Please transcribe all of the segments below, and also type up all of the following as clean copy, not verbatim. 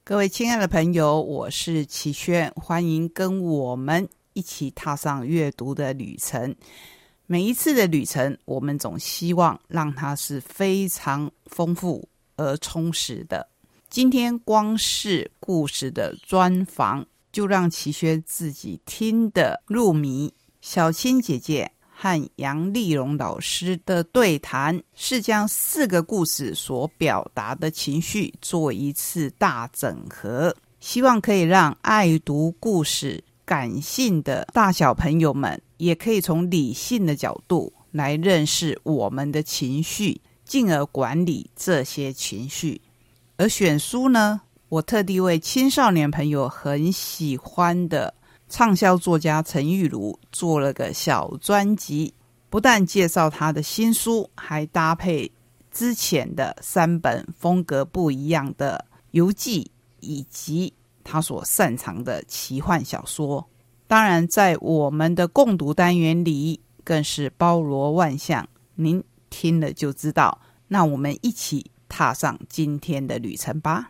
各位亲爱的朋友，我是齐轩，欢迎跟我们一起踏上阅读的旅程。每一次的旅程，我们总希望让它是非常丰富而充实的。今天光是故事的专访，就让齐轩自己听得入迷。小青姐姐和杨丽蓉老师的对谈是将4个故事所表达的情绪做一次大整合，希望可以让爱读故事感性的大小朋友们也可以从理性的角度来认识我们的情绪，进而管理这些情绪。而选书呢，我特地为青少年朋友很喜欢的畅销作家陈玉如做了个小专辑，不但介绍他的新书，还搭配之前的3本风格不一样的游记，以及他所擅长的奇幻小说。当然在我们的共读单元里更是包罗万象，您听了就知道。那我们一起踏上今天的旅程吧。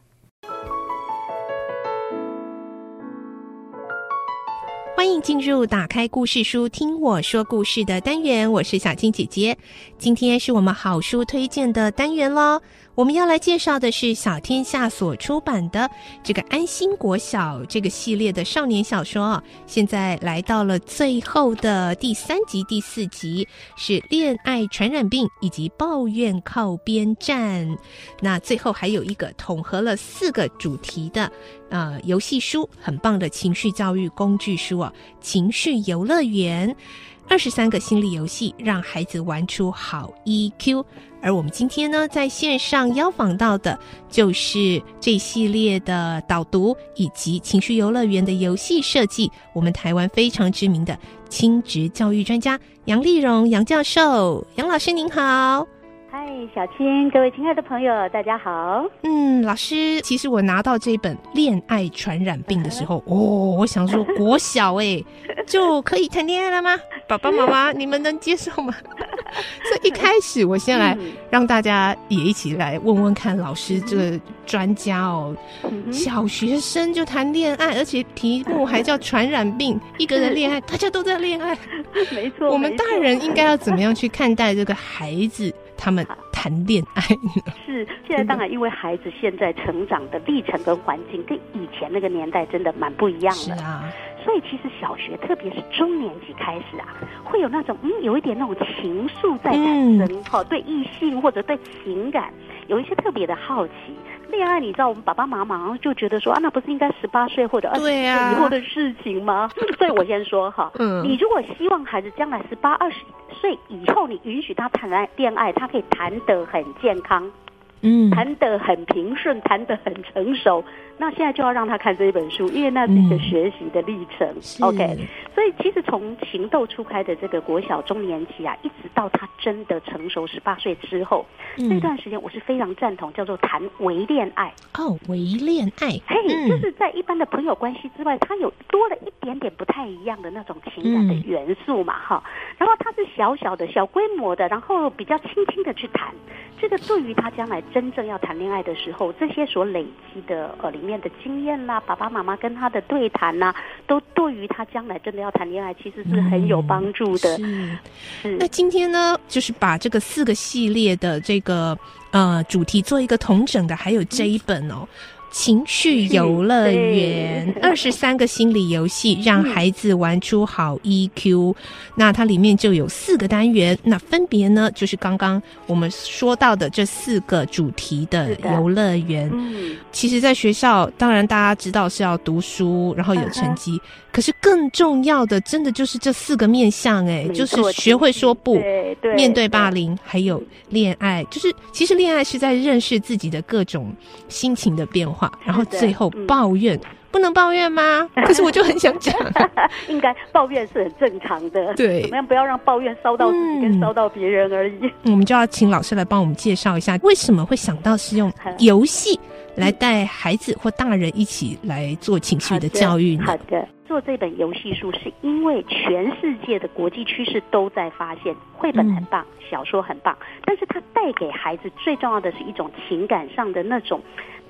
欢迎进入打开故事书听我说故事的单元，我是小青姐姐。今天是我们好书推荐的单元咯，我们要来介绍的是小天下所出版的这个安心国小这个系列的少年小说，现在来到了最后的第3集第4集，是恋爱传染病以及抱怨靠边站。那最后还有一个统合了4个主题的游戏书，很棒的情绪教育工具书情绪游乐园，23个心理游戏让孩子玩出好 EQ。 而我们今天呢，在线上邀访到的就是这系列的导读以及情绪游乐园的游戏设计，我们台湾非常知名的亲职教育专家杨丽蓉杨教授。杨老师您好。 嗨，小青，各位亲爱的朋友大家好。 老师，其实我拿到这本恋爱传染病的时候我想说国小就可以谈恋爱了吗？爸爸妈妈你们能接受吗？所以一开始我先来让大家也一起来问问看老师这个专家小学生就谈恋爱，而且题目还叫传染病，一个人恋爱大家都在恋爱。 没错， 我们大人应该要怎么样去看待这个孩子他们谈恋爱呢？ 是，现在当然因为孩子现在成长的历程跟环境跟以前那个年代真的蛮不一样的。 是啊， 所以其实小学特别是中年级开始会有那种有一点那种情愫在产生，对异性或者对情感有一些特别的好奇。恋爱你知道我们爸爸妈妈就觉得说那不是应该18岁或者20岁以后的事情吗？所以我先说你如果希望孩子将来18、20岁以后你允许他谈恋爱，他可以谈得很健康，谈得很平顺，谈得很成熟，那现在就要让他看这一本书，因为那是一个学习的历程。OK， 所以其实从情窦初开的这个国小中年期一直到他真的成熟18岁之后，这段时间我是非常赞同叫做谈微恋爱。 微恋爱， 就是在一般的朋友关系之外，他有多了一点点不太一样的那种情感的元素嘛，然后他是小小的小规模的，然后比较轻轻的去谈，这个对于他将来真正要谈恋爱的时候，这些所累积的里面的经验啦，爸爸妈妈跟他的对谈啦，都对于他将来真的要谈恋爱其实是很有帮助的。 那今天呢，就是把这个4个系列的这个主题做一个统整的，还有这一本情绪游乐园，23个心理游戏让孩子玩出好 EQ。那它里面就有4个单元，那分别呢就是刚刚我们说到的这4个主题的游乐园。其实在学校当然大家知道是要读书然后有成绩，可是更重要的真的就是这4个面向就是学会说不，面对霸凌，还有恋爱，就是其实恋爱是在认识自己的各种心情的变化，然后最后抱怨，不能抱怨吗？可是我就很想讲应该抱怨是很正常的， 对， 怎么样不要让抱怨烧到自己跟烧到别人而已。 我们就要请老师来帮我们介绍一下，为什么会想到是用游戏来带孩子或大人一起来做情绪的教育呢？ 好的，做这本游戏书是因为全世界的国际趋势都在发现绘本很棒，小说很棒，但是它带给孩子最重要的是一种情感上的那种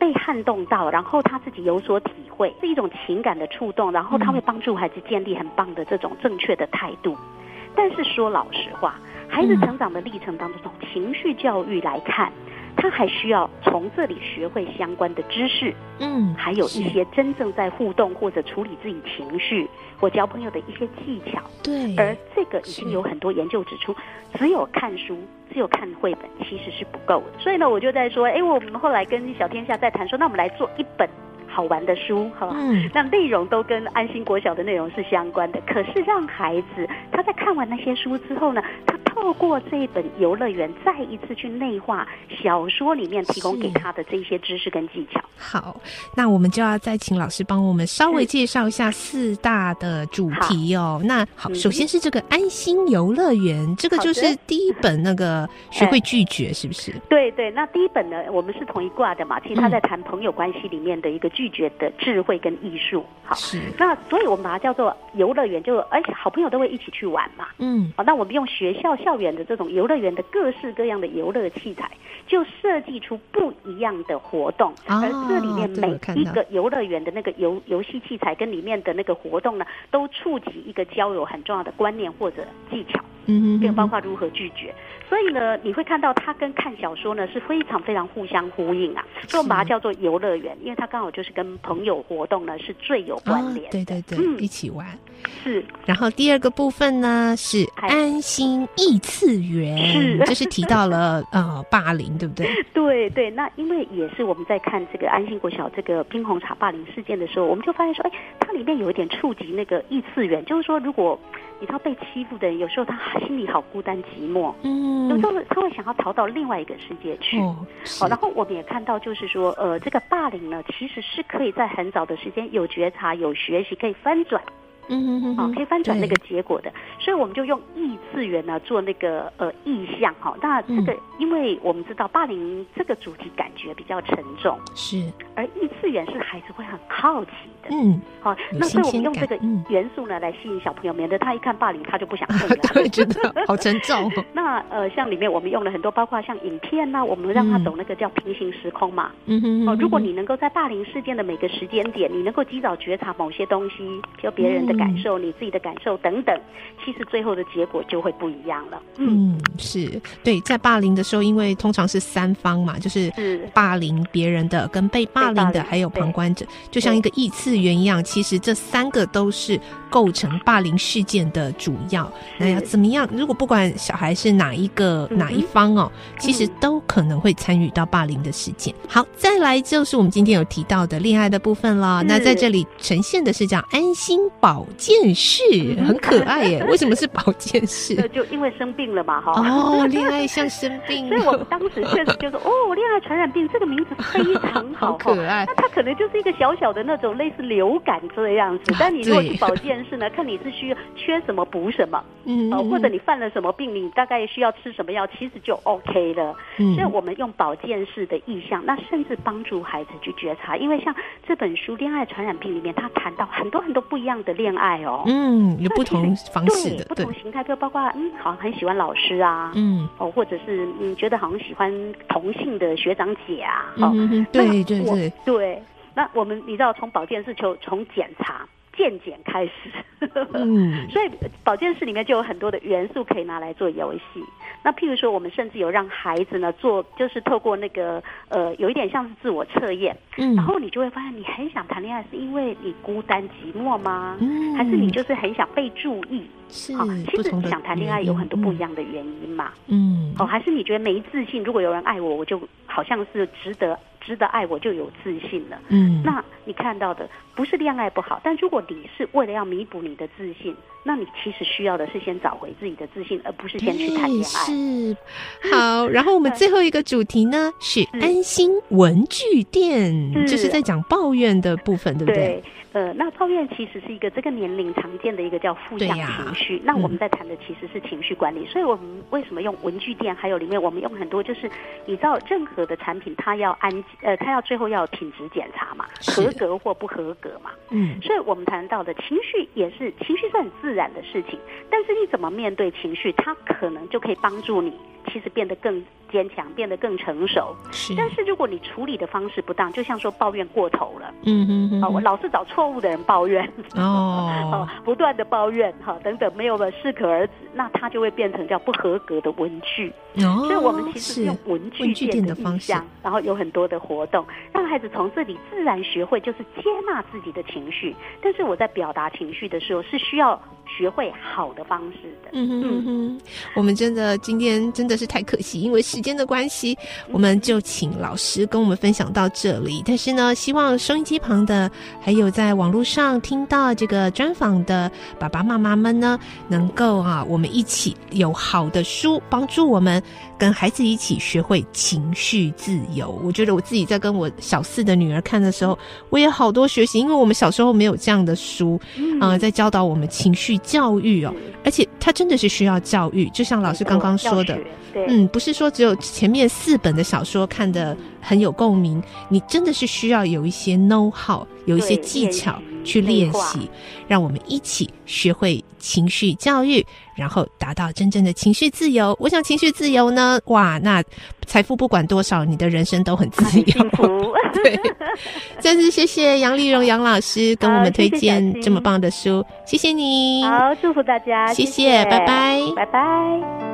被撼动到，然后他自己有所体会，是一种情感的触动，然后他会帮助孩子建立很棒的这种正确的态度。但是说老实话，孩子成长的历程当中，从情绪教育来看，他还需要从这里学会相关的知识，还有一些真正在互动或者处理自己情绪或交朋友的一些技巧。 对， 而这个已经有很多研究指出，只有看书，只有看绘本其实是不够的。所以呢，我就在说，我们后来跟小天下在谈说，那我们来做一本好玩的书，那内容都跟安心国小的内容是相关的，可是让孩子他在看完那些书之后呢，他透过这一本游乐园再一次去内化小说里面提供给他的这些知识跟技巧。 好，那我们就要再请老师帮我们稍微介绍一下4大的主题哦。那好，首先是这个安心游乐园，这个就是第一本那个学会拒绝，是不是？ 对对，那第一本呢，我们是同一挂的嘛，其实他在谈朋友关系里面的一个拒绝的智慧跟艺术。好，那所以我们把它叫做游乐园，就好朋友都会一起去玩嘛。那我们用学校校园的这种游乐园的各式各样的游乐器材，就设计出不一样的活动，而这里面每一个游乐园的那个游戏器材跟里面的那个活动呢，都触及一个交友很重要的观念或者技巧，更包括如何拒绝。所以呢，你会看到它跟看小说呢是非常非常互相呼应啊，所以我们把它叫做游乐园，因为它刚好就是跟朋友活动呢是最有关联的。 对对对，一起玩。 是。 然后第二个部分呢是安心异次元，就是提到了霸凌，对不对？ 对对，那因为也是我们在看这个安心国小这个冰红茶霸凌事件的时候，我们就发现说，它里面有一点触及那个异次元，就是说，如果你知道被欺负的人，有时候他心里好孤单寂寞，有时候他会想要逃到另外一个世界去。然后我们也看到，就是说，这个霸凌呢，其实是可以在很早的时间有觉察、有学习，可以翻转。可以翻转那个结果的，所以我们就用异次元呢做那个意象哈。那这个，因为我们知道霸凌这个主题感觉比较沉重， 是，而异次元是孩子会很好奇的，好，那所以我们用这个元素呢来吸引小朋友，免得他一看霸凌他就不想碰了， 对，觉得好沉重。 那像里面我们用了很多，包括像影片呐，我们让他走那个叫平行时空嘛，如果你能够在霸凌事件的每个时间点，你能够及早觉察某些东西，就别人的感受，你自己的感受等等，其实最后的结果就会不一样了。 是对，在霸凌的时候，因为通常是3方嘛，就是霸凌别人的、跟被霸凌的，还有旁观者，就像一个异次元一样。其实这3个都是构成霸凌事件的主要。那要怎么样？如果不管小孩是哪一方哦，其实都可能会参与到霸凌的事件。好，再来就是我们今天有提到的恋爱的部分了。那在这里呈现的是叫安心保健室，很可爱耶。为什么是保健室？ 就因为生病了嘛， 恋爱像生病， 所以我们当时确实就说，恋爱传染病这个名字非常好， 好可爱。 那它可能就是一个小小的那种类似流感这样子，但你如果去保健室呢，看你是需要缺什么补什么，或者你犯了什么病，你大概需要吃什么药，其实就 OK 了。所以我们用保健室的意象，那甚至帮助孩子去觉察，因为像这本书《恋爱传染病》里面，他谈到很多很多不一样的恋爱哦， 有不同方式的， 不同形态，就包括好像很喜欢老师啊，或者是觉得好像喜欢同性的学长姐啊，对。那我们你知道，从保健室就从检查健检开始，所以保健室里面就有很多的元素可以拿来做游戏。那譬如说，我们甚至有让孩子呢做，就是透过那个有一点像是自我测验，然后你就会发现，你很想谈恋爱，是因为你孤单寂寞吗？还是你就是很想被注意？其实想谈恋爱有很多不一样的原因嘛。还是你觉得没自信？如果有人爱我，我就好像是值得爱，我就有自信了。那你看到的不是恋爱不好，但如果你是为了要弥补你的自信，那你其实需要的是先找回自己的自信，而不是先去谈恋爱。 是。好，然后我们最后一个主题呢是安心文具店，就是在讲抱怨的部分，对不对？ 那抱怨其实是一个这个年龄常见的一个叫负向情绪。那我们在谈的其实是情绪管理，所以我们为什么用文具店，还有里面我们用很多，就是你知道任何的产品它要它要最后要有品质检查嘛，合格或不合格嘛。所以我们谈到的情绪是很自然的事情，但是你怎么面对情绪，它可能就可以帮助你其实变得更坚强，变得更成熟。 是， 但是如果你处理的方式不当，就像说抱怨过头了，我老是找错误的人抱怨，不断的抱怨，等等，没有了适可而止，那他就会变成叫不合格的文具。所以我们其实是用文具店的方式，然后有很多的活动，让孩子从这里自然学会就是接纳自己的情绪。但是我在表达情绪的时候，是需要学会好的方式的。 我们真的今天真的是太可惜，因为时间的关系，我们就请老师跟我们分享到这里。但是呢，希望收音机旁的还有在网络上听到这个专访的爸爸妈妈们呢，能够我们一起有好的书帮助我们跟孩子一起学会情绪自由。我觉得我自己在跟我小4的女儿看的时候，我也好多学习，因为我们小时候没有这样的书在教导我们情绪教育而且它真的是需要教育，就像老师刚刚说的，不是说只有前面4本的小说看得很有共鸣，你真的是需要有一些 know how， 有一些技巧去练习，让我们一起学会情绪教育，然后达到真正的情绪自由。我想情绪自由呢，哇，那财富不管多少，你的人生都很自由。 幸福。 对，再次谢谢杨丽蓉杨老师跟我们推荐这么棒的书，谢谢你。 好，祝福大家， 谢谢，拜拜， 拜拜。